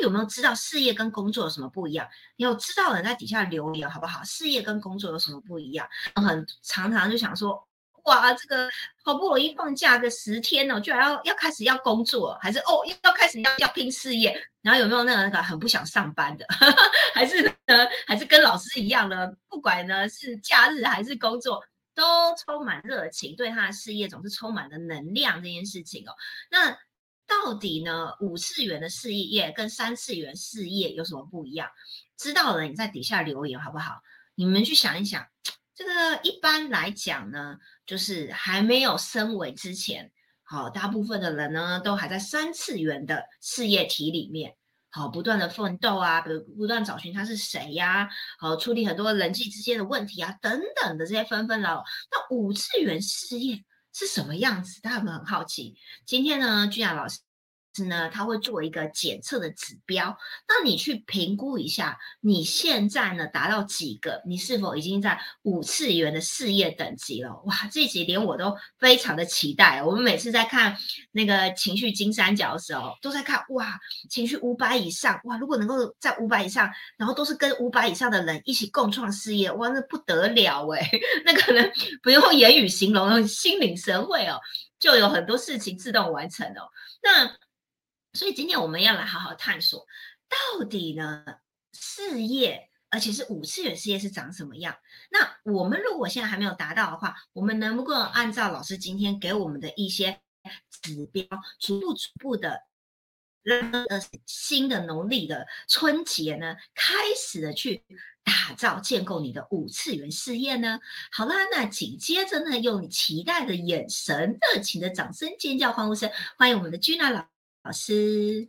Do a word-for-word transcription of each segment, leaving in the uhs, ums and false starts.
有没有知道事业跟工作有什么不一样？你有知道的人在底下留言好不好？事业跟工作有什么不一样？很常常就想说，哇，这个好不容易放假个十天哦，居然要要开始要工作，还是哦要开始要要拼事业？然后有没有那个那个很不想上班的？还是呢？还是跟老师一样呢？不管呢是假日还是工作，都充满热情，对他的事业总是充满了能量这件事情哦。那到底呢，五次元的事业跟三次元事业有什么不一样？知道了，你在底下留言好不好？你们去想一想。这个一般来讲呢，就是还没有升维之前，好，大部分的人呢都还在三次元的事业体里面，好，不断的奋斗啊，比如不断找寻他是谁呀、啊，好，处理很多人际之间的问题啊，等等的这些纷纷扰扰。那五次元事业是什么样子？大家有没有很好奇？今天呢，君雅老师呢，他会做一个检测的指标，那你去评估一下，你现在呢达到几个？你是否已经在五次元的事业等级了？哇，这一集连我都非常的期待。我们每次在看那个情绪金三角的时候，都在看哇，情绪五百以上，哇，如果能够在五百以上，然后都是跟五百以上的人一起共创事业，哇，那不得了诶，那可能不用言语形容，心领神会哦，就有很多事情自动完成哦。那所以今天我们要来好好探索，到底呢事业，而且是五次元事业是长什么样？那我们如果现在还没有达到的话，我们能不能按照老师今天给我们的一些指标，逐步逐步的让呃新的农历的春节呢，开始的去打造建构你的五次元事业呢？好啦，那紧接着呢，用你期待的眼神、热情的掌声、尖叫、欢呼声，欢迎我们的君娜老老师。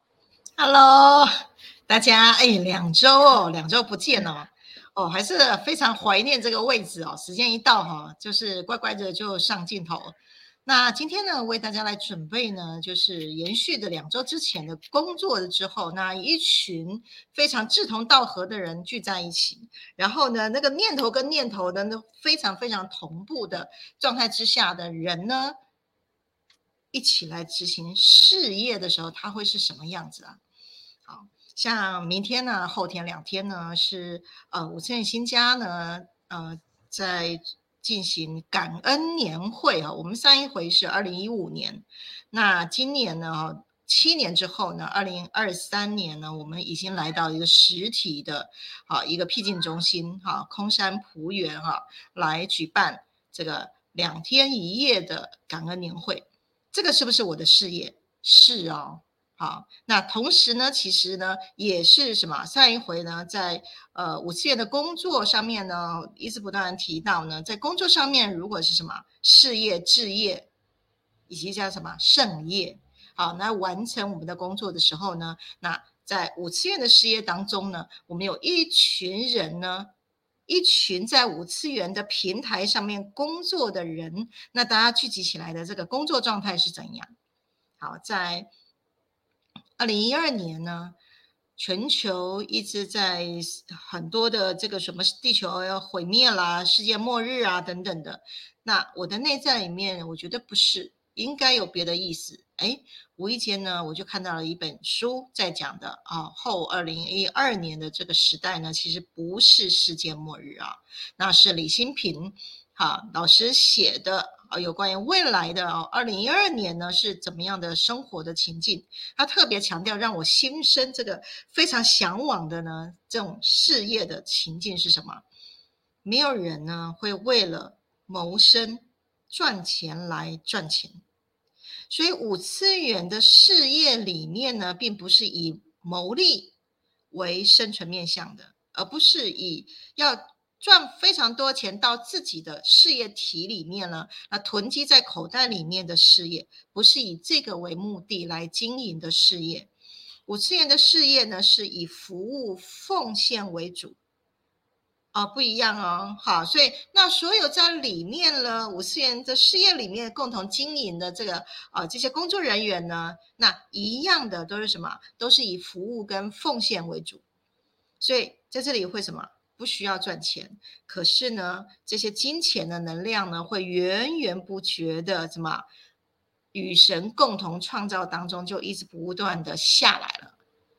Hello，大家，哎，两周哦，两周不见哦，哦，还是非常怀念这个位置哦。时间一到哈，就是乖乖的就上镜头。那今天呢，为大家来准备呢，就是延续的两周之前的工作了之后，那一群非常志同道合的人聚在一起，然后呢，那个念头跟念头的呢非常非常同步的状态之下的人呢，一起来执行事业的时候，他会是什么样子啊？好像明天呢，后天两天呢是呃五次元新家呢呃在进行感恩年会啊。我们上一回是二零一五年，那今年呢七年之后呢，二零二三年呢，我们已经来到一个实体的啊一个僻静中心哈，空山浦园哈，来举办这个两天一夜的感恩年会。这个是不是我的事业？是哦。好，那同时呢，其实呢，也是什么？上一回呢，在呃五次元的工作上面呢，一直不断提到呢，在工作上面，如果是什么事业、置业，以及叫什么盛业，好，那完成我们的工作的时候呢，那在五次元的事业当中呢，我们有一群人呢，一群在五次元的平台上面工作的人，那大家聚集起来的这个工作状态是怎样？好，在二零一二年呢，全球一直在很多的这个什么地球要毁灭啦、世界末日啊等等的。那我的内在里面，我觉得不是，应该有别的意思。哎，无意间呢，我就看到了一本书在讲的啊，后二零一二年的这个时代呢，其实不是世界末日啊，那是李新平哈老师写的啊，有关于未来的哦，二零一二年呢是怎么样的生活的情境？他特别强调，让我心生这个非常向往的呢，这种事业的情境是什么？没有人呢会为了谋生赚钱来赚钱，所以五次元的事业里面呢，并不是以牟利为生存面向的，而不是以要赚非常多钱到自己的事业体里面呢，那囤积在口袋里面的事业，不是以这个为目的来经营的事业。五次元的事业呢，是以服务奉献为主。哦，不一样哦，好，所以那所有在里面呢，五次元的事业里面共同经营的这个啊、呃、这些工作人员呢，那一样的都是什么？都是以服务跟奉献为主。所以在这里会什么？不需要赚钱，可是呢，这些金钱的能量呢，会源源不绝的什么？与神共同创造当中，就一直不断的下来了。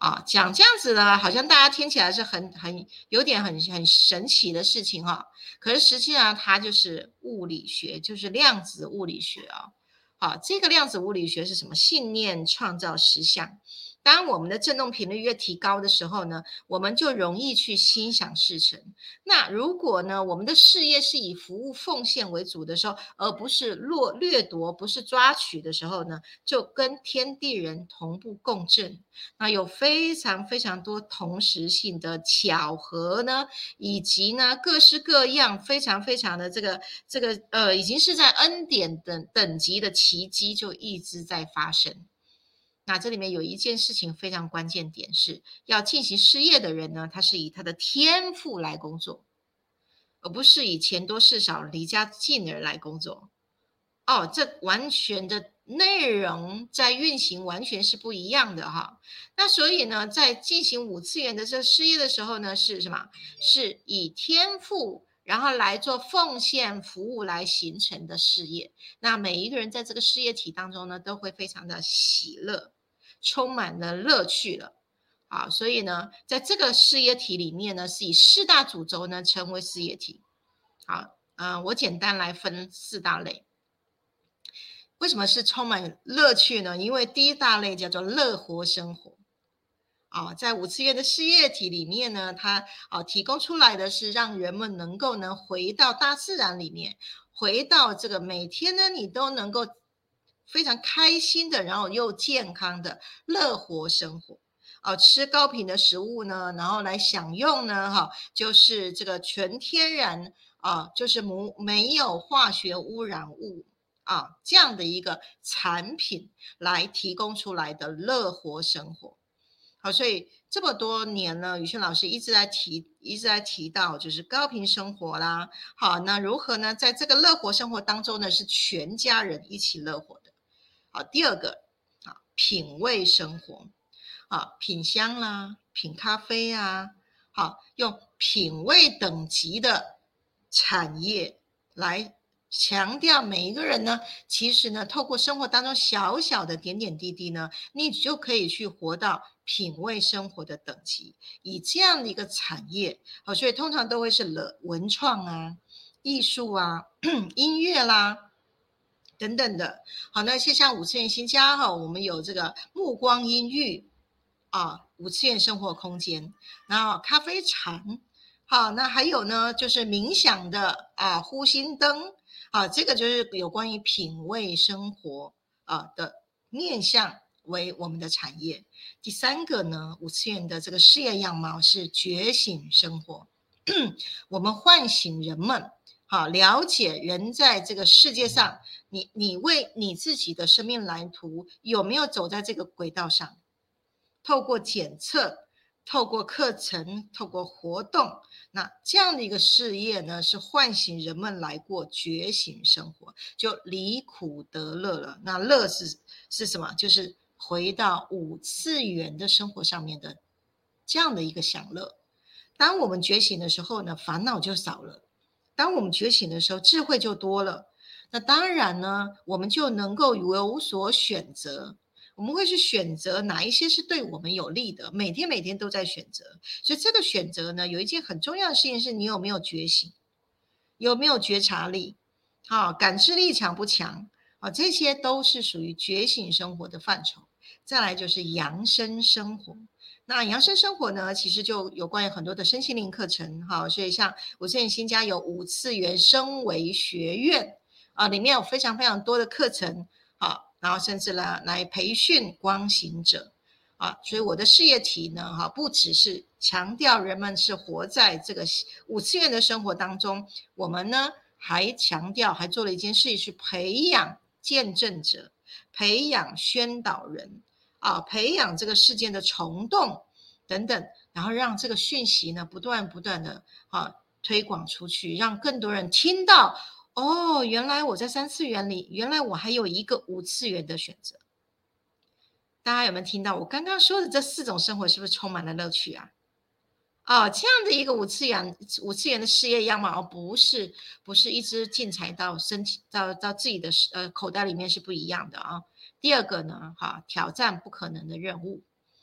啊，讲这样子呢，好像大家听起来是很很有点很很神奇的事情哈、哦，可是实际上它就是物理学，就是量子物理学啊、哦。好，这个量子物理学是什么？信念创造实相。当我们的振动频率越提高的时候呢，我们就容易去心想事成。那如果呢，我们的事业是以服务奉献为主的时候，而不是掠掠夺，不是抓取的时候呢，就跟天地人同步共振。那有非常非常多同时性的巧合呢，以及呢各式各样非常非常的这个这个呃，已经是在恩典等等级的奇迹就一直在发生。那这里面有一件事情非常关键点是，要进行事业的人呢，他是以他的天赋来工作，而不是以钱多事少离家近的人来工作。哦，这完全的内容在运行完全是不一样的哈。那所以呢，在进行五次元的这事业的时候呢，是什么？是以天赋，然后来做奉献服务来形成的事业。那每一个人在这个事业体当中呢，都会非常的喜乐，充满了乐趣了。好，所以呢，在这个事业体里面呢，是以四大主轴呢成为事业体。好，嗯、呃，我简单来分四大类。为什么是充满乐趣呢？因为第一大类叫做乐活生活啊，在五次元的事业体里面呢，它啊提供出来的是让人们能够呢回到大自然里面，回到这个每天呢你都能够非常开心的，然后又健康的乐活生活。啊，吃高品的食物呢，然后来享用呢，哈，就是这个全天然啊，就是没没有化学污染物啊，这样的一个产品来提供出来的乐活生活。好，所以这么多年呢，宇轩老师一直在提，一直在提到就是高频生活啦。好，那如何呢？在这个乐活生活当中呢，是全家人一起乐活的。好，第二个啊，品味生活啊，品香啦，品咖啡啊，好，用品味等级的产业来强调每一个人呢，其实呢，透过生活当中小小的点点滴滴呢，你就可以去活到品味生活的等级。以这样的一个产业，好，所以通常都会是了文创啊、艺术啊、音乐啦等等的。好，那些像五次元新家哈，我们有这个目光阴郁啊，五次元生活空间，然后咖啡禅。好，那还有呢，就是冥想的啊，呼吸灯。啊，这个就是有关于品味生活啊的面向为我们的产业。第三个呢，五次元的这个事业样貌是觉醒生活，我们唤醒人们，好，了解人在这个世界上，你你为你自己的生命蓝图有没有走在这个轨道上？透过检测，透过课程，透过活动，那这样的一个事业呢，是唤醒人们来过觉醒生活，就离苦得乐了。那乐是是什么？就是回到五次元的生活上面的这样的一个享乐。当我们觉醒的时候呢，烦恼就少了；当我们觉醒的时候，智慧就多了。那当然呢，我们就能够有所选择。我们会去选择哪一些是对我们有利的，每天每天都在选择。所以这个选择呢，有一件很重要的事情是你有没有觉醒，有没有觉察力，啊，感知力强不强啊，这些都是属于觉醒生活的范畴。再来就是扬升生活。那扬升生活呢，其实就有关于很多的身心灵课程，哈，所以像我现在新家有五次元升维学院啊，里面有非常非常多的课程，啊，然后甚至呢来培训光行者啊，所以我的事业体呢，哈，不只是强调人们是活在这个五次元的生活当中，我们呢还强调，还做了一件事情，是培养见证者，培养宣导人。啊，培养这个事件的虫洞等等，然后让这个讯息呢不断不断的啊推广出去，让更多人听到。哦，原来我在三次元里，原来我还有一个五次元的选择。大家有没有听到我刚刚说的这四种生活是不是充满了乐趣啊？哦，这样的一个五次元五次元的事业样貌，不是不是一直进财到身体到到自己的呃口袋里面是不一样的啊。第二个呢，哈，挑战不可能的任务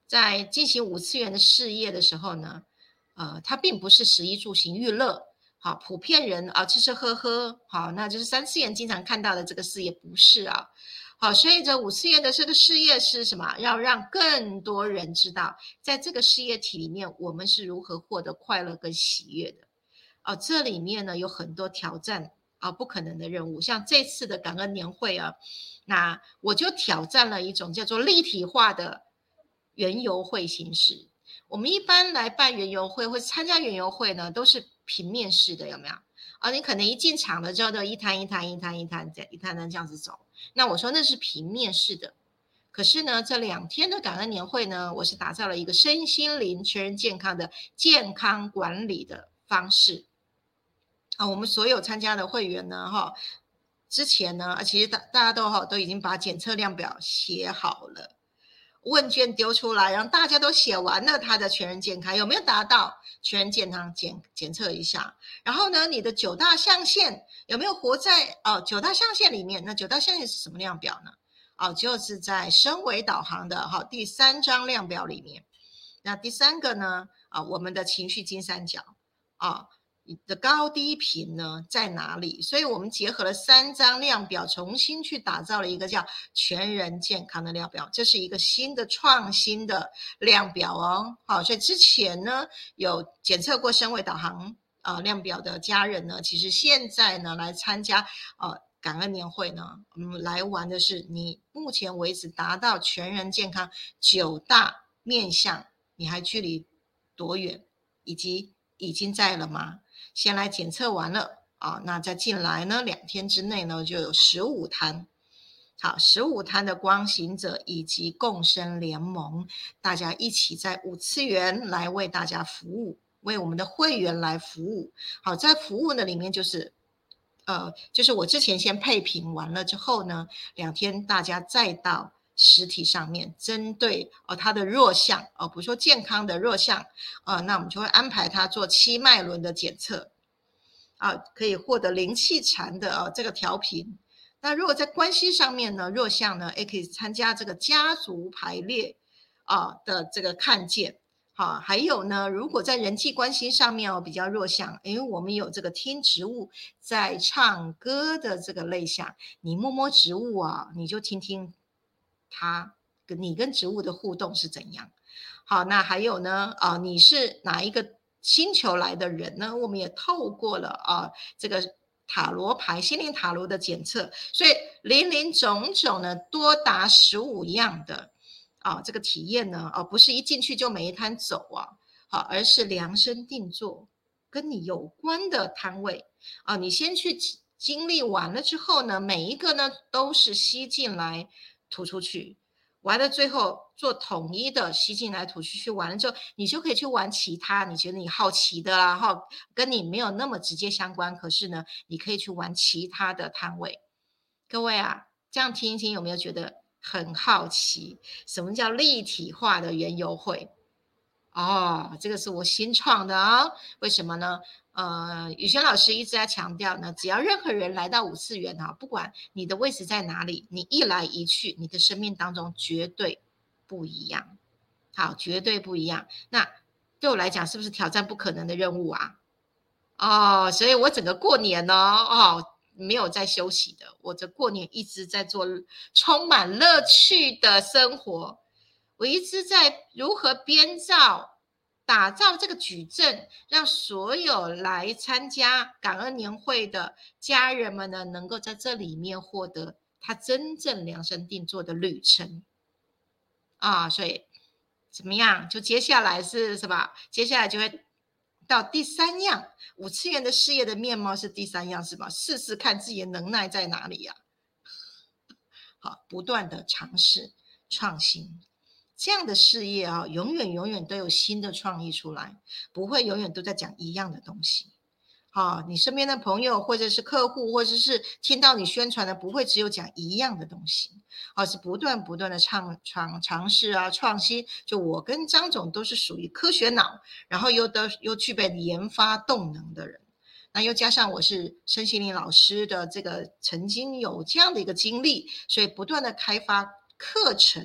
在进行五次元的事业的时候呢，呃，它并不是食衣住行娱乐，好，普遍人啊吃吃喝喝，好，那就是三次元经常看到的这个事业不是啊。好，所以这五次元的这个事业是什么？要让更多人知道，在这个事业体里面，我们是如何获得快乐跟喜悦的。哦，这里面呢有很多挑战啊，不可能的任务。像这次的感恩年会啊，那我就挑战了一种叫做立体化的园游会形式。我们一般来办园游会或参加园游会呢，都是平面式的，有没有？啊，你可能一进场了之后，就一摊一摊一摊一摊这一摊摊这样子走。那我说那是平面式的，可是呢，这两天的感恩年会呢，我是打造了一个身心灵全人健康的健康管理的方式。啊，我们所有参加的会员呢，哈，之前呢，其实大大家都哈都已经把检测量表写好了。问卷丢出来，然后大家都写完了他的全人健康有没有达到全人健康检检测一下，然后呢，你的九大象限有没有活在哦九大象限里面？那九大象限是什么量表呢？哦，就是在升维导航的哈第三张量表里面。那第三个呢？啊，我们的情绪金三角啊。你的高低频呢在哪里？所以我们结合了三张量表，重新去打造了一个叫全人健康的量表。这是一个新的创新的量表哦。好，所以之前呢有检测过升维导航呃量表的家人呢，其实现在呢来参加呃感恩年会呢，我们来玩的是你目前为止达到全人健康九大面向，你还距离多远，以及已经在了吗？先来检测完了啊，那再进来呢，两天之内呢就有十五摊。好，十五摊的光行者以及共生联盟，大家一起在五次元来为大家服务，为我们的会员来服务。好，在服务的里面就是呃，就是我之前先配评完了之后呢，两天大家再到实体上面，针对呃它的弱项呃，比如说健康的弱项，呃，那我们就会安排他做七脉轮的检测，啊，可以获得灵气禅的呃这个调频。那如果在关系上面呢，弱项呢，也可以参加这个家族排列啊的这个看见。好，还有呢，如果在人际关系上面哦比较弱项，因为我们有这个听植物在唱歌的这个类项，你摸摸植物啊，你就听听它跟你跟植物的互动是怎样。好，那还有呢，啊，你是哪一个星球来的人呢？我们也透过了啊这个塔罗牌心灵塔罗的检测，所以林林总总呢多达十五样的啊这个体验呢，啊不是一进去就每一摊走啊，好，而是量身定做跟你有关的摊位啊，你先去经历完了之后呢，每一个呢都是吸进来吐出去。完了最后做统一的吸进来吐出去，完了之后你就可以去玩其他你觉得你好奇的啦，哈，跟你没有那么直接相关，可是呢你可以去玩其他的摊位。各位啊，这样听一听有没有觉得很好奇什么叫立体化的园游会？哦，这个是我新创的啊、哦，为什么呢？呃，宇轩老师一直在强调呢，只要任何人来到五次元哈，不管你的位置在哪里，你一来一去，你的生命当中绝对不一样，好，绝对不一样。那对我来讲，是不是挑战不可能的任务啊？哦，所以我整个过年呢，哦，没有在休息的，我这过年一直在做充满乐趣的生活，我一直在如何编造。打造这个矩阵，让所有来参加感恩年会的家人们呢，能够在这里面获得他真正量身定做的旅程啊！所以怎么样？就接下来是什么？接下来就会到第三样，五次元的事业的面貌是第三样，是吧？试试看自己的能耐在哪里呀、啊？好，不断的尝试创新。这样的事业啊，永远永远都有新的创意出来，不会永远都在讲一样的东西。好，你身边的朋友或者是客户，或者是听到你宣传的，不会只有讲一样的东西，而是不断不断的尝尝尝试啊，创新。就我跟张总都是属于科学脑，然后又的又具备研发动能的人。那又加上我是身心灵老师的这个曾经有这样的一个经历，所以不断的开发课程。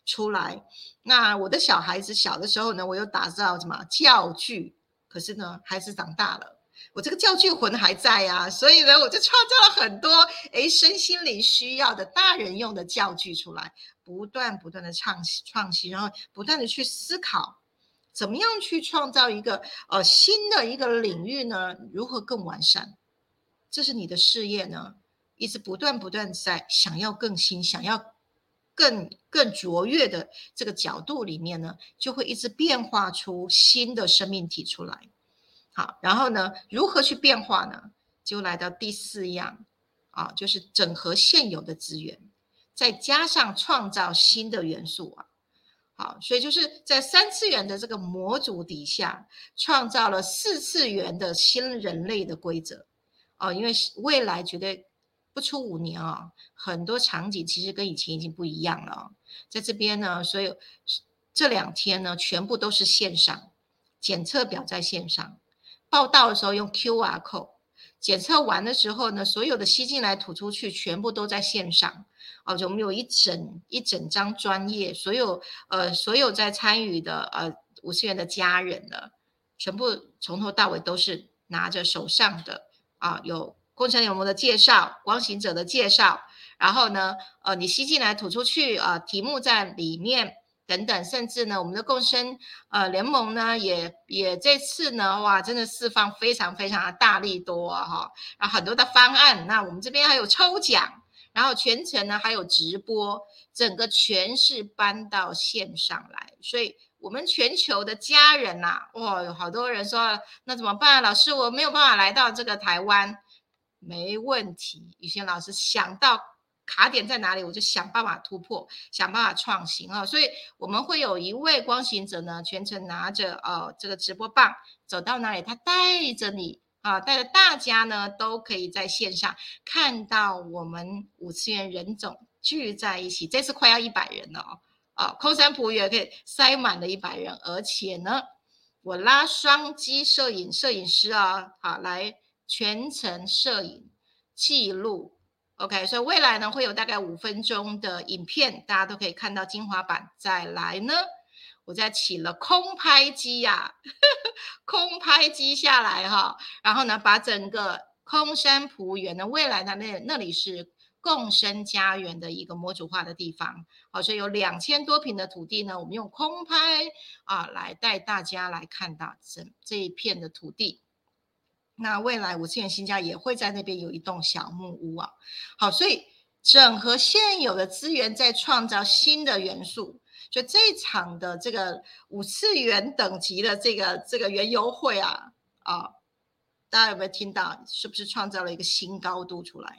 出来。那我的小孩子小的时候呢，我有打造什么教具，可是呢，孩子长大了，我这个教具魂还在啊，所以呢，我就创造了很多诶身心灵需要的大人用的教具出来，不断不断的创创新，然后不断的去思考，怎么样去创造一个呃新的一个领域呢？如何更完善？这是你的事业呢，一直不断不断在想要更新，想要更更卓越的这个角度里面呢，就会一直变化出新的生命体出来。好，然后呢，如何去变化呢？就来到第四样啊，就是整合现有的资源，再加上创造新的元素啊。好，所以就是在三次元的这个模组底下，创造了四次元的新人类的规则。哦，因为未来绝对不出五年啊、哦，很多场景其实跟以前已经不一样了、哦。在这边呢，所以这两天呢，全部都是线上，检测表在线上，报到的时候用 Q R code， 检测完的时候呢，所有的吸进来吐出去全部都在线上。哦，我们有一整一整张专业，所有呃所有在参与的呃五次元的家人呢，全部从头到尾都是拿着手上的。啊，有共生有膜的介绍，光行者的介绍，然后呢，呃，你吸进来吐出去，啊、呃，题目在里面等等，甚至呢，我们的共生呃联盟呢，也也这次呢，哇，真的释放非常非常的大力多哈、哦，然后很多的方案，那我们这边还有抽奖，然后全程呢还有直播，整个全是搬到线上来，所以。我们全球的家人呐、啊，哇，有好多人说那怎么办？老师，我没有办法来到这个台湾，没问题。宇轩老师想到卡点在哪里，我就想办法突破，想办法创新啊。所以我们会有一位光行者呢，全程拿着呃这个直播棒，走到哪里，他带着你啊，带着大家呢，都可以在线上看到我们五次元人种聚在一起。这次快要一百人了哦。啊，空山普也可以塞满了一百人，而且呢，我拉双机摄影摄影师啊，好来全程摄影记录 ，OK， 所以未来呢会有大概五分钟的影片，大家都可以看到精华版。再来呢，我再起了空拍机呀、啊，空拍机下来哈，然后呢把整个空山普园呢，未来的那那里是。共生家园的一个模组化的地方，好，所以有两千多坪的土地呢，我们用空拍啊来带大家来看到整这一片的土地。那未来五次元新家也会在那边有一栋小木屋啊，好，所以整合现有的资源，再创造新的元素。所以这一场的这个五次元等级的这个这个园游会啊啊，大家有没有听到？是不是创造了一个新高度出来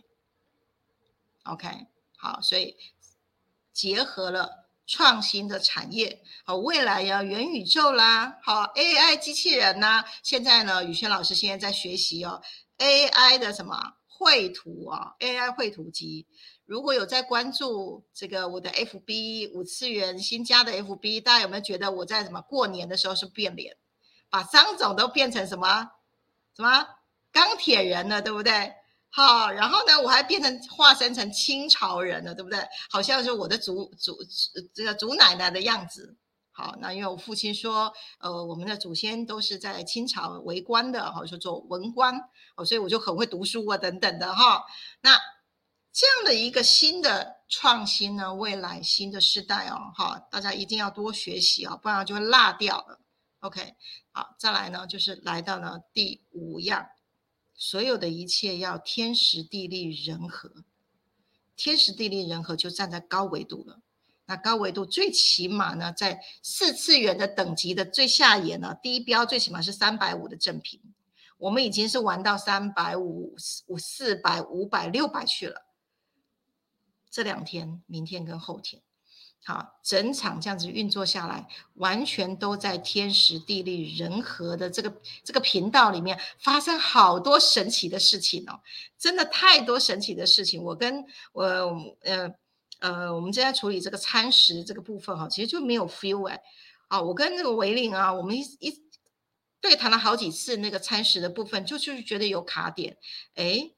？OK， 好，所以结合了创新的产业，好，未来呀元宇宙啦，好 A I 机器人呐、啊，现在呢，宇轩老师现在在学习哦 A I 的什么绘图啊 ，A I 绘图机。如果有在关注这个我的 F B 五次元新家的 F B， 大家有没有觉得我在什么过年的时候是变脸，把张总都变成什么什么钢铁人了，对不对？好，然后呢，我还变成化身成清朝人了，对不对？好像是我的祖祖这个祖奶奶的样子。好，那因为我父亲说，呃，我们的祖先都是在清朝为官的，哈，说做文官，哦，所以我就很会读书啊，等等的哈。那这样的一个新的创新呢，未来新的时代哦，哈，大家一定要多学习哦，不然就会落掉了。OK， 好，再来呢，就是来到了第五样。所有的一切要天时地利人和，天时地利人和就站在高维度了。那高维度最起码呢，在四次元的等级的最下沿呢，第一标最起码是三百五的正品，我们已经是玩到三百五、四百、五百、六百去了。这两天，明天跟后天。好，整场这样子运作下来，完全都在天时地利人和的这个这个频道里面发生好多神奇的事情哦，真的太多神奇的事情。我跟我呃呃，我们正在处理这个餐食这个部分哈、哦，其实就没有 feel 哎，啊，我跟那个维玲啊，我们一一对谈了好几次那个餐食的部分，就就是觉得有卡点，哎。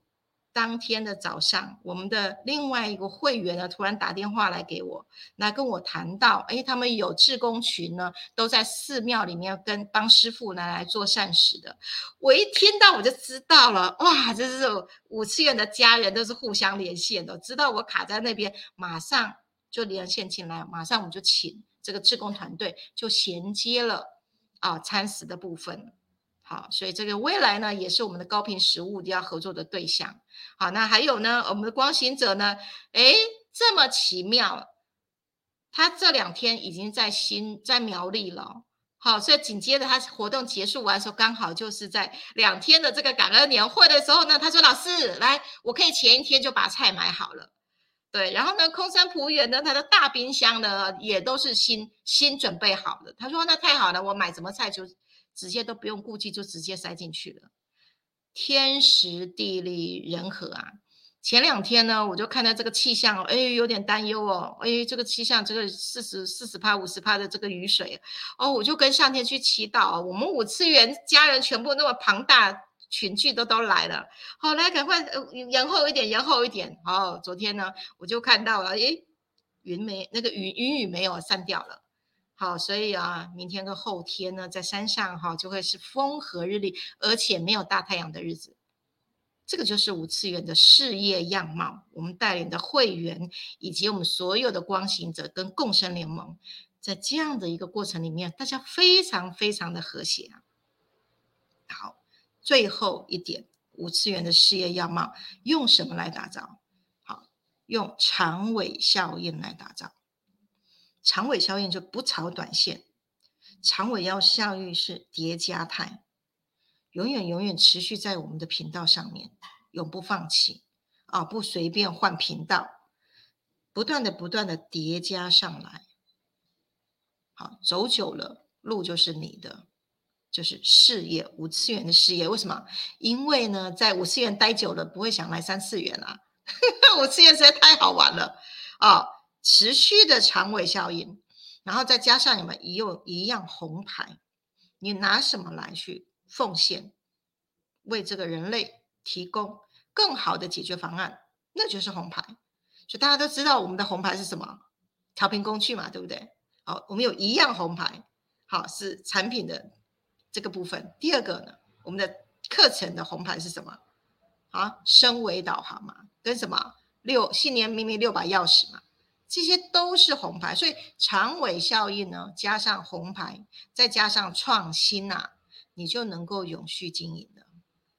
当天的早上，我们的另外一个会员呢，突然打电话来给我，来跟我谈到，哎，他们有志工群呢，都在寺庙里面跟帮师父呢来做善事的。我一听到我就知道了，哇，这是五次元的家人都是互相连线的，知道我卡在那边，马上就连线进来，马上我们就请这个志工团队就衔接了啊餐食的部分。好，所以这个未来呢，也是我们的高频食物要合作的对象。好，那还有呢，我们的光行者呢，诶，这么奇妙，他这两天已经在新在苗栗了。好，所以紧接着他活动结束完的时候，刚好就是在两天的这个感恩年会的时候呢，他说：“老师，来，我可以前一天就把菜买好了。”对，然后呢，空山普园呢，他的大冰箱呢也都是新新准备好的。他说：“那太好了，我买什么菜就直接都不用顾忌，就直接塞进去了。”天时地利人和啊！前两天呢，我就看到这个气象，哎，有点担忧哦。哎，这个气象，这个四十四十趴、五十趴的这个雨水哦，我就跟上天去祈祷，我们五次元家人全部那么庞大群聚都都来了，好，来赶快呃延后一点，延后一点。哦，昨天呢，我就看到了，哎，云没那个云云雨没有散掉了。好，所以啊，明天跟后天呢，在山上哈、就会是风和日丽，而且没有大太阳的日子。这个就是五次元的事业样貌。我们带领的会员以及我们所有的光行者跟共生联盟，在这样的一个过程里面，大家非常非常的和谐啊。好，最后一点，五次元的事业样貌用什么来打造？好，用长尾效应来打造。长尾效应就不炒短线，长尾要效应是叠加态，永远永远持续在我们的频道上面，永不放弃啊！不随便换频道，不断的不断的叠加上来。好，走久了，路就是你的，就是事业，五次元的事业。为什么？因为呢，在五次元待久了，不会想来三次元啊。五次元实在太好玩了啊！持续的长尾效应，然后再加上你们一用一样红牌，你拿什么来去奉献，为这个人类提供更好的解决方案，那就是红牌。所以大家都知道我们的红牌是什么？调频工具嘛，对不对？好，我们有一样红牌，好，是产品的这个部分。第二个呢，我们的课程的红牌是什么？好，升维导航嘛，跟什么六信念秘密六把钥匙嘛，这些都是红牌。所以长尾效应呢，加上红牌，再加上创新啊，你就能够永续经营了。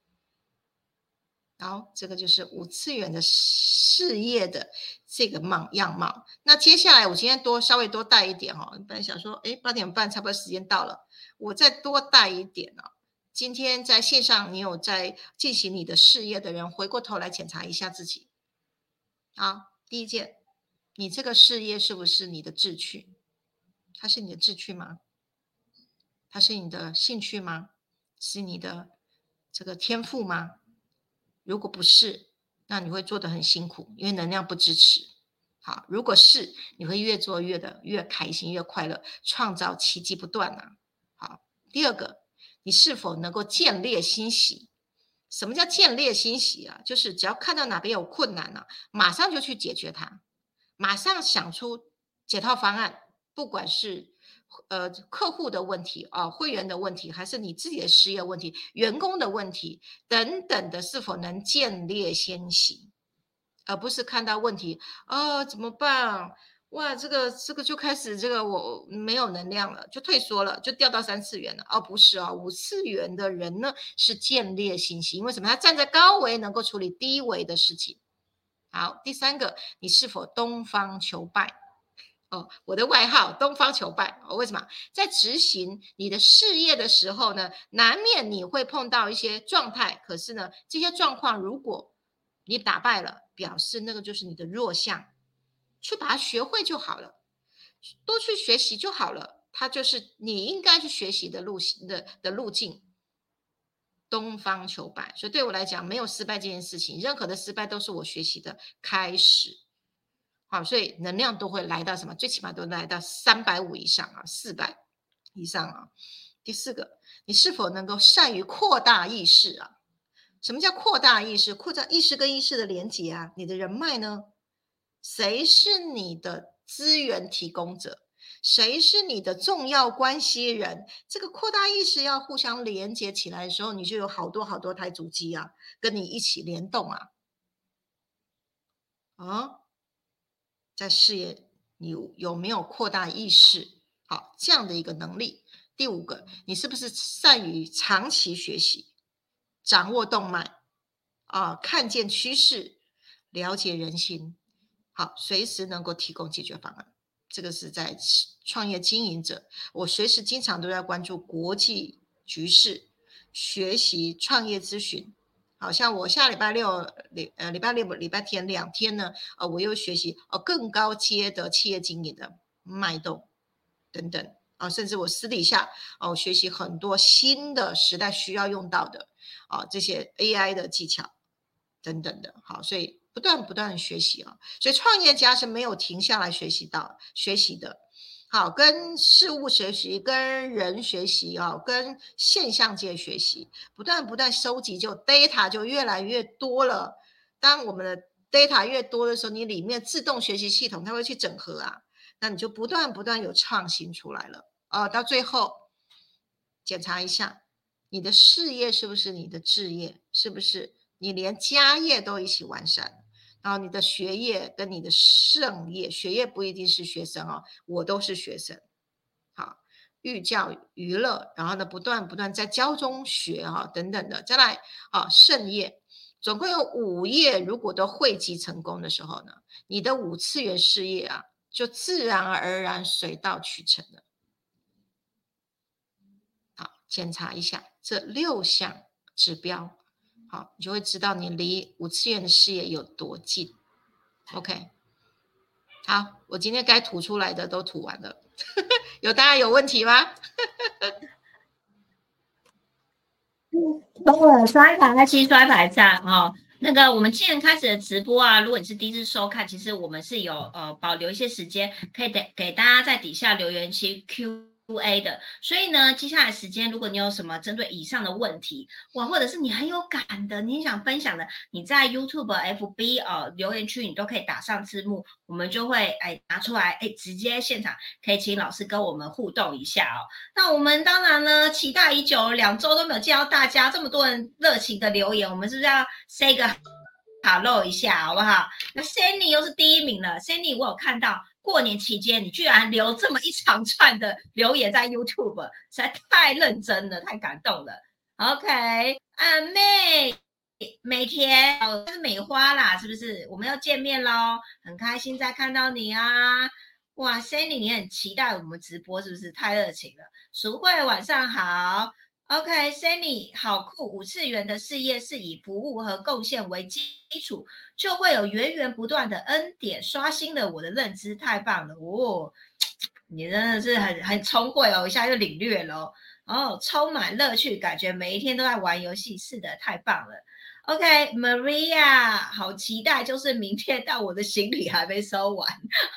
好，这个就是五次元的事业的这个貌样貌。那接下来我今天多稍微多带一点哈、哦，本来想说，哎，八点半差不多时间到了，我再多带一点哦。今天在线上你有在进行你的事业的人，回过头来检查一下自己。好，第一件，你这个事业是不是你的志趣？它是你的志趣吗？它是你的兴趣吗？是你的这个天赋吗？如果不是，那你会做得很辛苦，因为能量不支持。好，如果是，你会越做越的越开心，越快乐，创造奇迹不断啊。好，第二个，你是否能够见猎欣喜？什么叫见猎欣喜啊？就是只要看到哪边有困难啊，马上就去解决它，马上想出解套方案，不管是呃客户的问题啊、会员的问题，还是你自己的事业问题、员工的问题等等的，是否能见猎欣喜，而不是看到问题啊、怎么办？哇，这个这个就开始这个我没有能量了，就退缩了，就掉到三次元了。哦，不是哦，五次元的人呢是见猎欣喜，因为什么？他站在高维能够处理低维的事情。好，第三个，你是否东方求败？哦，我的外号东方求败、哦、为什么？在执行你的事业的时候呢，难免你会碰到一些状态，可是呢，这些状况如果你打败了，表示那个就是你的弱项，去把它学会就好了，多去学习就好了，它就是你应该去学习的路的的路径。东方求败，所以对我来讲，没有失败这件事情，任何的失败都是我学习的开始。好，所以能量都会来到什么？最起码都来到三百五以上啊，四百以上啊。第四个，你是否能够善于扩大意识啊？ 什么叫扩大意识？扩大意识跟意识的连结啊，你的人脉呢？谁是你的资源提供者？谁是你的重要关系人？这个扩大意识要互相连接起来的时候，你就有好多好多台主机啊，跟你一起联动啊。啊，在事业你有有没有扩大意识？好，这样的一个能力。第五个，你是不是善于长期学习，掌握动脉啊，看见趋势，了解人心，好，随时能够提供解决方案。这个是在创业经营者，我随时经常都在关注国际局势，学习创业咨询。好像我下礼拜六、礼呃礼拜六、礼拜天两天呢，呃，我又学习呃更高阶的企业经营的脉动等等啊，甚至我私底下哦、啊、学习很多新的时代需要用到的啊这些 A I 的技巧等等的。好，所以不断不断的学习啊，所以创业家是没有停下来学习到学习的。好，跟事物学习，跟人学习啊，跟现象界学习，不断不断收集，就 data 就越来越多了。当我们的 data 越多的时候，你里面自动学习系统它会去整合啊，那你就不断不断有创新出来了啊。到最后检查一下，你的事业是不是你的志业，是不是你连家业都一起完善？然后你的学业跟你的胜业，学业不一定是学生哦，我都是学生。好，寓教于乐，然后呢，不断不断在教中学啊、哦、等等的。再来啊，胜业，总共有五业，如果都汇集成功的时候呢，你的五次元事业啊，就自然而然水到渠成了。好，检查一下这六项指标。好，你就会知道你离五次元的事业有多近。OK， 好，我今天该吐出来的都吐完了，有大家有问题吗？ 懂了，刷一排七，刷一排赞哦。那个，我们今天开始的直播啊，如果你是第一次收看，其实我们是有呃保留一些时间，可以给给大家在底下留言区 Q A 的。所以呢，接下来时间，如果你有什么针对以上的问题，哇，或者是你很有感的，你想分享的，你在 YouTube、F B 呃留言区你都可以打上字幕，我们就会哎拿出来，哎直接现场可以请老师跟我们互动一下哦。那我们当然呢，期待已久，两周都没有见到大家，这么多人热情的留言，我们是不是要 say 个 hello 一下，好不好？那 Sandy 又是第一名了 ，Sandy 我有看到过年期间你居然留这么一长串的留言在 YouTube， 实在太认真了，太感动了。OK， 啊妹。美甜哦，这是美花啦，是不是？我们要见面咯，很开心再看到你啊！哇 ，Sandy 你很期待我们直播是不是？太热情了。淑慧晚上好 ，OK，Sandy 好酷，五次元的事业是以服务和贡献为基础，就会有源源不断的恩典刷新了我的认知，太棒了哦！你真的是很很聪慧哦，一下就领略了哦，哦，充满乐趣，感觉每一天都在玩游戏，是的，太棒了。OK，Maria， 好期待，就是明天到我的行李还没收完，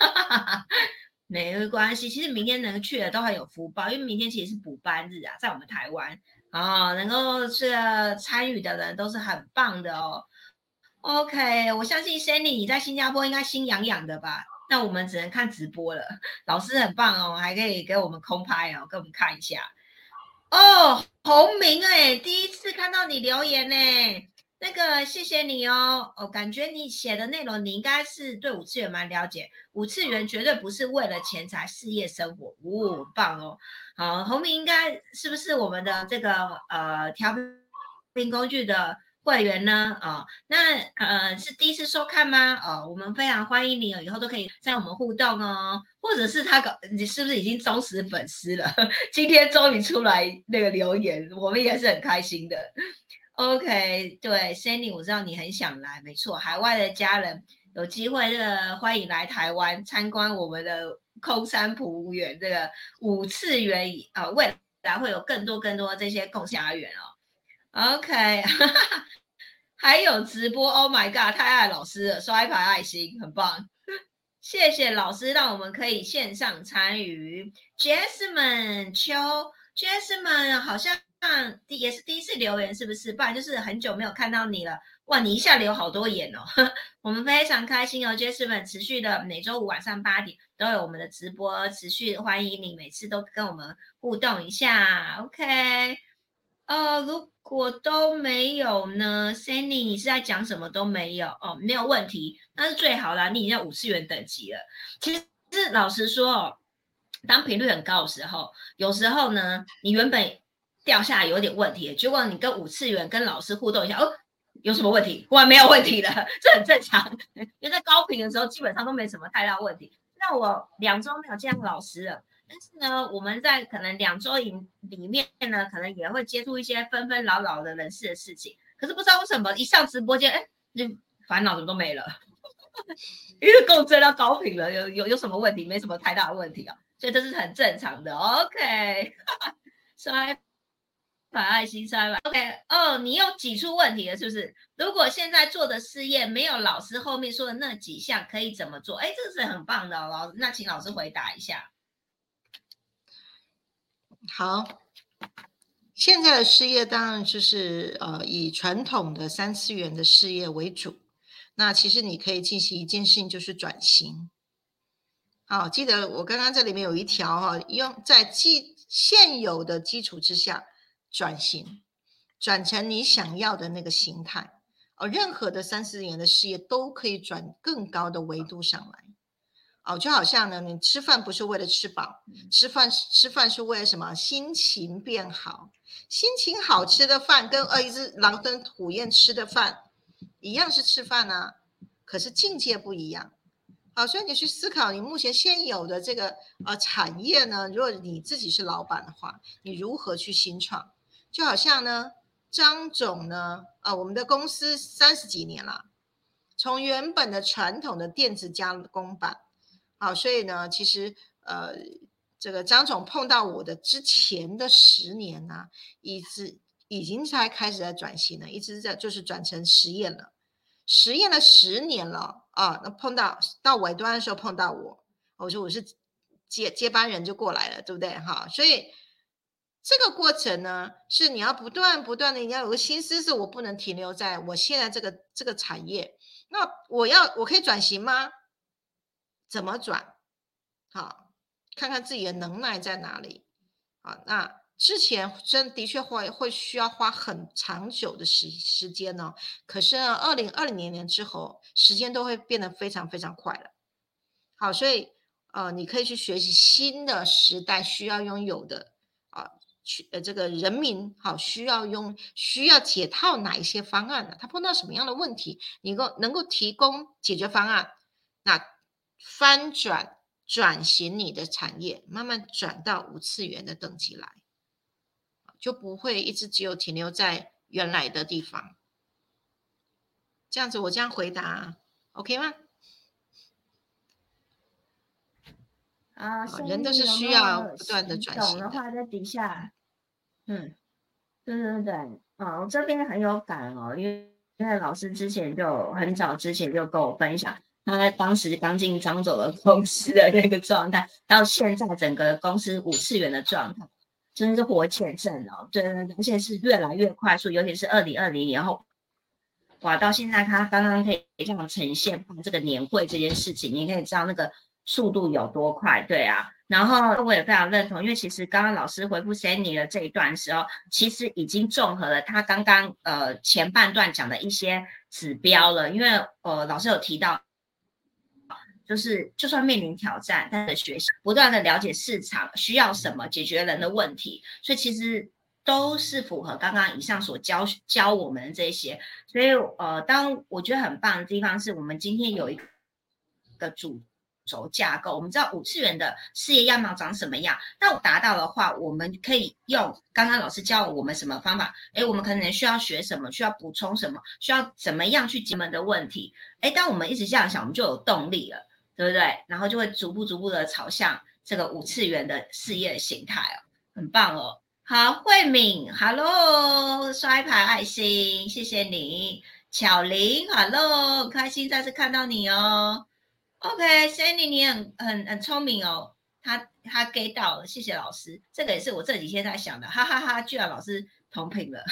没关系，其实明天能去的都很有福报，因为明天其实是补班日啊，在我们台湾哦，能够这个参与的人都是很棒的哦。OK， 我相信 Sandy 你在新加坡应该心痒痒的吧？那我们只能看直播了，老师很棒哦，还可以给我们空拍哦，给我们看一下。哦，洪明哎，第一次看到你留言呢。那个谢谢你哦，哦，感觉你写的内容你应该是对五次元蛮了解，五次元绝对不是为了钱财、事业、生活，哦，棒哦。好，洪明应该是不是我们的这个呃调频工具的会员呢？啊、哦，那呃是第一次收看吗？哦，我们非常欢迎你哦，以后都可以跟我们互动哦，或者是他搞你是不是已经忠实粉丝了？今天终于出来那个留言，我们也是很开心的。OK， 对 ，Sandy， 我知道你很想来，没错，海外的家人有机会，这个欢迎来台湾参观我们的空山普园这个五次元啊、呃，未来会有更多更多这些共享家园哦。OK， 还有直播 ，Oh my God， 太爱老师了，刷一排爱心，很棒，谢谢老师，让我们可以线上参与。Jasmine 邱。 Jasmine 好像也是第一次留言，是不是？不然就是很久没有看到你了。哇，你一下留好多眼哦，我们非常开心哦 ，Jasmine 持续的每周五晚上八点都有我们的直播，持续欢迎你，每次都跟我们互动一下 ，OK。呃，如果都没有呢 ，Sandy 你是在讲什么都没有哦，没有问题，那是最好啦，你已经在五次元等级了。其实老实说哦，当频率很高的时候，有时候呢，你原本掉下来有点问题，结果你跟五次元跟老师互动一下，哦，有什么问题？果然没有问题的，这很正常。因为在高频的时候，基本上都没什么太大问题。那我两周没有见到老师了。但是呢，我们在可能两周里里面呢，可能也会接触一些纷纷扰扰的人事的事情。可是不知道为什么一上直播间，哎，那烦恼怎么都没了？因为够追到高频了，有有有什么问题？没什么太大的问题啊，所以这是很正常的。OK， 摔把爱心摔吧。OK， 哦，你又挤出问题了，是不是？如果现在做的事业没有老师后面说的那几项，可以怎么做？哎，这个是很棒的哦，那请老师回答一下。 好，现在的事业当然就是呃以传统的三次元的事业为主。那其实你可以进行一件事情，就是转型。好，记得我刚刚这里面有一条哈，用在基现有的基础之下转型，转成你想要的那个形态。哦，任何的三四年的事业都可以转更高的维度上来。哦，就好像呢，你吃饭不是为了吃饱，吃饭吃饭是为了什么？心情变好，心情好吃的饭跟呃一只狼吞虎咽吃的饭一样是吃饭啊，可是境界不一样。好，所以你去思考你目前现有的这个呃产业呢，如果你自己是老板的话，你如何去新创？就好像呢，张总呢，呃，我们的公司三十几年了，从原本的传统的电子加工版。好，所以呢，其实呃，这个张总碰到我的之前的十年呢、啊，一直已经才开始在转型了，一直在就是转成实验了，实验了十年了啊。那碰到到尾端的时候碰到我，我说我是接接班人就过来了，对不对哈？所以这个过程呢，是你要不断不断的，你要有个心思，是我不能停留在我现在这个这个产业，那我要我可以转型吗？怎么转？好，看看自己的能耐在哪里。好，那之前真的确会会需要花很长久的时时间呢、哦。可是呢，二零二零年之后，时间都会变得非常非常快了。好，所以呃，你可以去学习新的时代需要拥有的啊，去呃这个人民好需要用需要解套哪一些方案呢？他碰到什么样的问题，你够能够提供解决方案，那翻转转型你的产业，慢慢转到五次元的等级来，就不会一直只有停留在原来的地方。这样子，我这样回答 ，OK 吗？ 啊， 人都是需要不断的转型懂的话，在底下，嗯，对对对，啊，我这边很有感哦，因为因为老师之前就很早之前就跟我分享，他当时刚进张总的公司的那个状态，到现在整个公司五次元的状态，真的是活见证哦，对对对，而且是越来越快速，尤其是二零二零年后。哇，到现在他刚刚可以这样呈现这个年会这件事情，你可以知道那个速度有多快，对啊。然后我也非常认同，因为其实刚刚老师回复 Sandy 的这一段时候，其实已经综合了他刚刚呃前半段讲的一些指标了。因为呃老师有提到，就是就算面临挑战，但是学习不断的了解市场需要什么，解决人的问题，所以其实都是符合刚刚以上所教教我们的这些。所以呃，当我觉得很棒的地方是我们今天有一个主轴架构，我们知道五次元的事业样貌长什么样。那我达到的话，我们可以用刚刚老师教我们什么方法，诶，我们可能需要学什么，需要补充什么，需要怎么样去解决的问题。诶，当我们一直这样想，我们就有动力了，对不对？然后就会逐步逐步的朝向这个五次元的事业形态哦，很棒哦。好，慧敏 ，Hello， 刷一排爱心，谢谢你。巧玲 ，Hello， 很开心再次看到你哦。OK，Sandy， 你很很很聪明哦。他他 get 到了，谢谢老师。这个也是我这几天在想的，哈哈哈哈，居然老师同频了，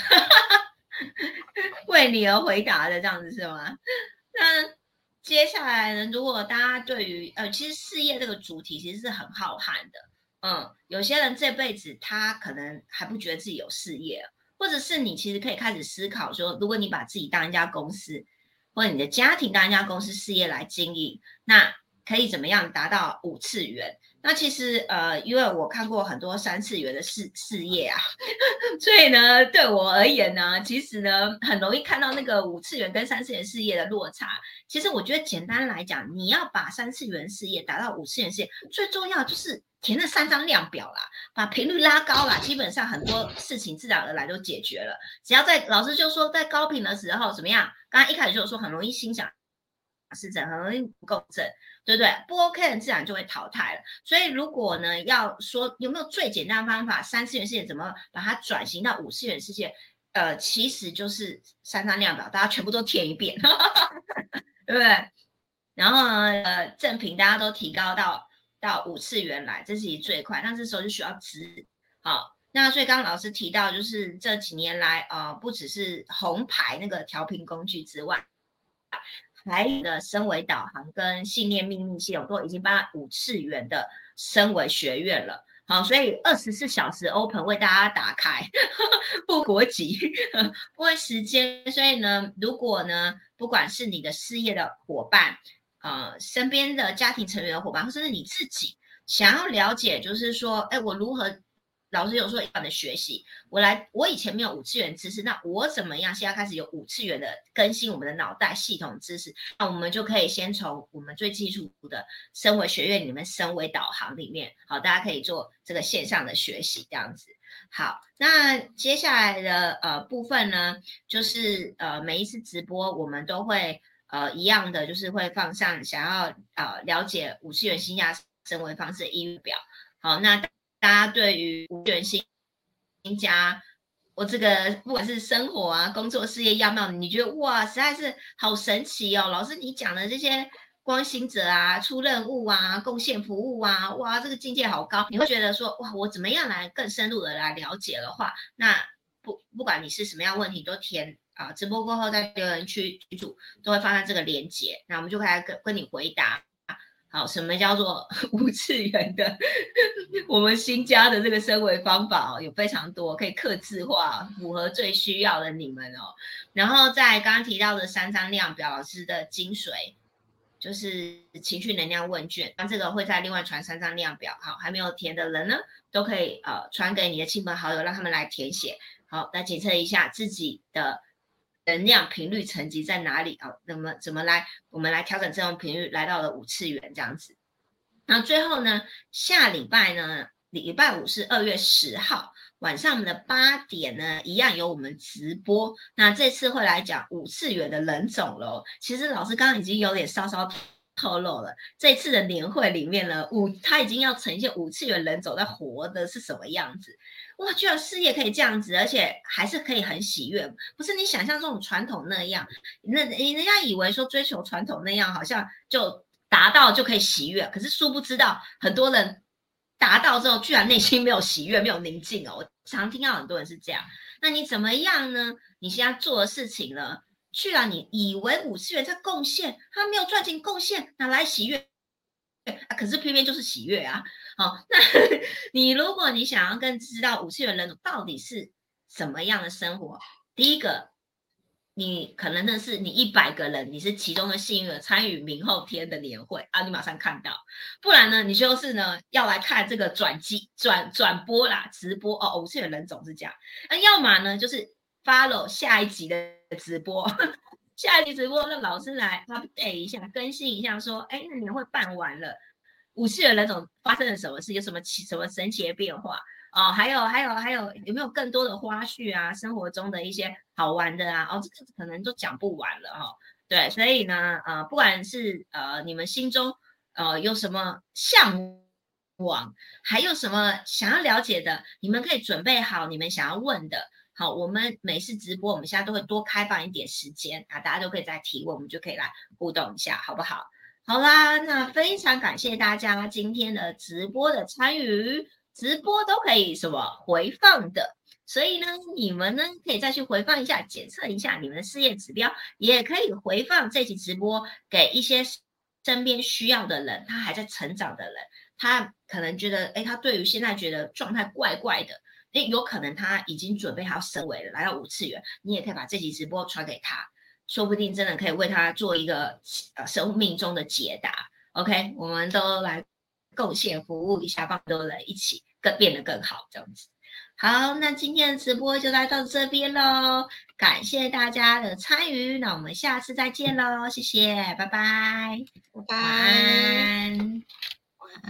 为你而回答的这样子是吗？那接下来呢，如果大家对于呃，其实事业这个主题其实是很浩瀚的，嗯，有些人这辈子他可能还不觉得自己有事业，或者是你其实可以开始思考说，如果你把自己当一家公司，或者你的家庭当一家公司事业来经营，那可以怎么样达到五次元？那其实呃，因为我看过很多三次元的事事业啊，所以呢，对我而言呢，其实呢，很容易看到那个五次元跟三次元事业的落差。其实我觉得简单来讲，你要把三次元事业达到五次元事业，最重要就是填那三张量表啦，把频率拉高啦，基本上很多事情自然而然就解决了。只要在老师就说在高频的时候怎么样？刚刚一开始就说很容易心想事成，很容易不够正，对不对？不 OK 的自然就会淘汰了。所以如果呢，要说有没有最简单的方法，三次元世界怎么把它转型到五次元世界？呃，其实就是三张量表，大家全部都填一遍，对不对？然后呢，呃，正频大家都提高到到五次元来，这是最快。那这时候就需要值，好。那所以刚刚老师提到，就是这几年来，呃，不只是红牌那个调频工具之外，还有的升维导航跟信念秘密系统都已经帮五次元的升维学院了。好，所以二十四小时 open 为大家打开，不国籍，不问时间。所以呢，如果呢，不管是你的事业的伙伴，呃，身边的家庭成员的伙伴，或者是你自己想要了解，就是说，哎，我如何？老师有说一般的学习，我来，我以前没有五次元知识，那我怎么样？现在开始有五次元的更新我们的脑袋系统知识，那我们就可以先从我们最基础的升维学院里面升维导航里面，好，大家可以做这个线上的学习，这样子。好，那接下来的呃部分呢，就是呃每一次直播我们都会呃一样的，就是会放上想要呃了解五次元新亚升维方式的一日表。好，那大家对于五次元新家，我这个不管是生活啊、工作、事业样貌，你觉得哇，实在是好神奇哦！老师你讲的这些光行者啊、出任务啊、贡献服务啊，哇，这个境界好高，你会觉得说哇，我怎么样来更深入的来了解的话，那不不管你是什么样的问题，都填啊，直播过后在留言区群组都会放在这个连结，那我们就可以来跟跟你回答。好，什么叫做五次元的？我们新加的这个升维方法哦，有非常多可以客制化，符合最需要的你们哦。然后在刚刚提到的三张量表，老师的精髓就是情绪能量问卷，那这个会再另外传三张量表。好，还没有填的人呢，都可以呃传给你的亲朋好友，让他们来填写。好，来检测一下自己的能量频率层级在哪里啊？那么怎么来？我们来调整这种频率，来到了五次元这样子。那最后呢，下礼拜呢，礼拜五是二月十号晚上的八点呢，一样有我们直播。那这次会来讲五次元的人种咯。其实老师刚刚已经有点稍稍透露了，这次的年会里面呢，五他已经要呈现五次元人种在活的是什么样子。哇，居然事业可以这样子，而且还是可以很喜悦，不是你想象这种传统那样。那人家以为说追求传统那样，好像就达到就可以喜悦，可是殊不知道很多人达到之后，居然内心没有喜悦，没有宁静哦。我常听到很多人是这样。那你怎么样呢？你现在做的事情呢？居然你以为五次元在贡献，他没有赚钱贡献，哪来喜悦？啊，可是偏偏就是喜悦啊！好，那你如果你想要更知道五次元人种到底是什么样的生活，第一个，你可能的是你一百个人，你是其中的幸运儿参与明后天的年会啊，你马上看到，不然呢，你就是呢要来看这个转机转转播啦，直播哦，五次元人种是这样，那要么呢就是 follow 下一集的直播。下一集直播让老师来 update 一下，更新一下，说，哎，那年会办完了，五次元人种发生了什么事，有什么什么神奇的变化哦？还有还有还有，有没有更多的花絮啊？生活中的一些好玩的啊？哦，这个可能都讲不完了哈、哦。对，所以呢，呃，不管是呃你们心中呃有什么向往，还有什么想要了解的，你们可以准备好你们想要问的。好，我们每次直播，我们现在都会多开放一点时间啊，大家都可以再提问，我们就可以来互动一下，好不好？ 好啦，那非常感谢大家今天的直播的参与，直播都可以什么回放的，所以呢，你们呢可以再去回放一下，检测一下你们的事业指标，也可以回放这期直播给一些身边需要的人，他还在成长的人，他可能觉得，哎，他对于现在觉得状态怪怪的，哎，有可能他已经准备好升维了，来到五次元，你也可以把这期直播传给他。说不定真的可以为他做一个呃生命中的解答。OK，我们都来贡献服务一下，帮很多人一起更变得更好，这样子。好，那今天的直播就来到这边喽，感谢大家的参与，那我们下次再见喽，谢谢，拜拜， 拜晚拜。 安。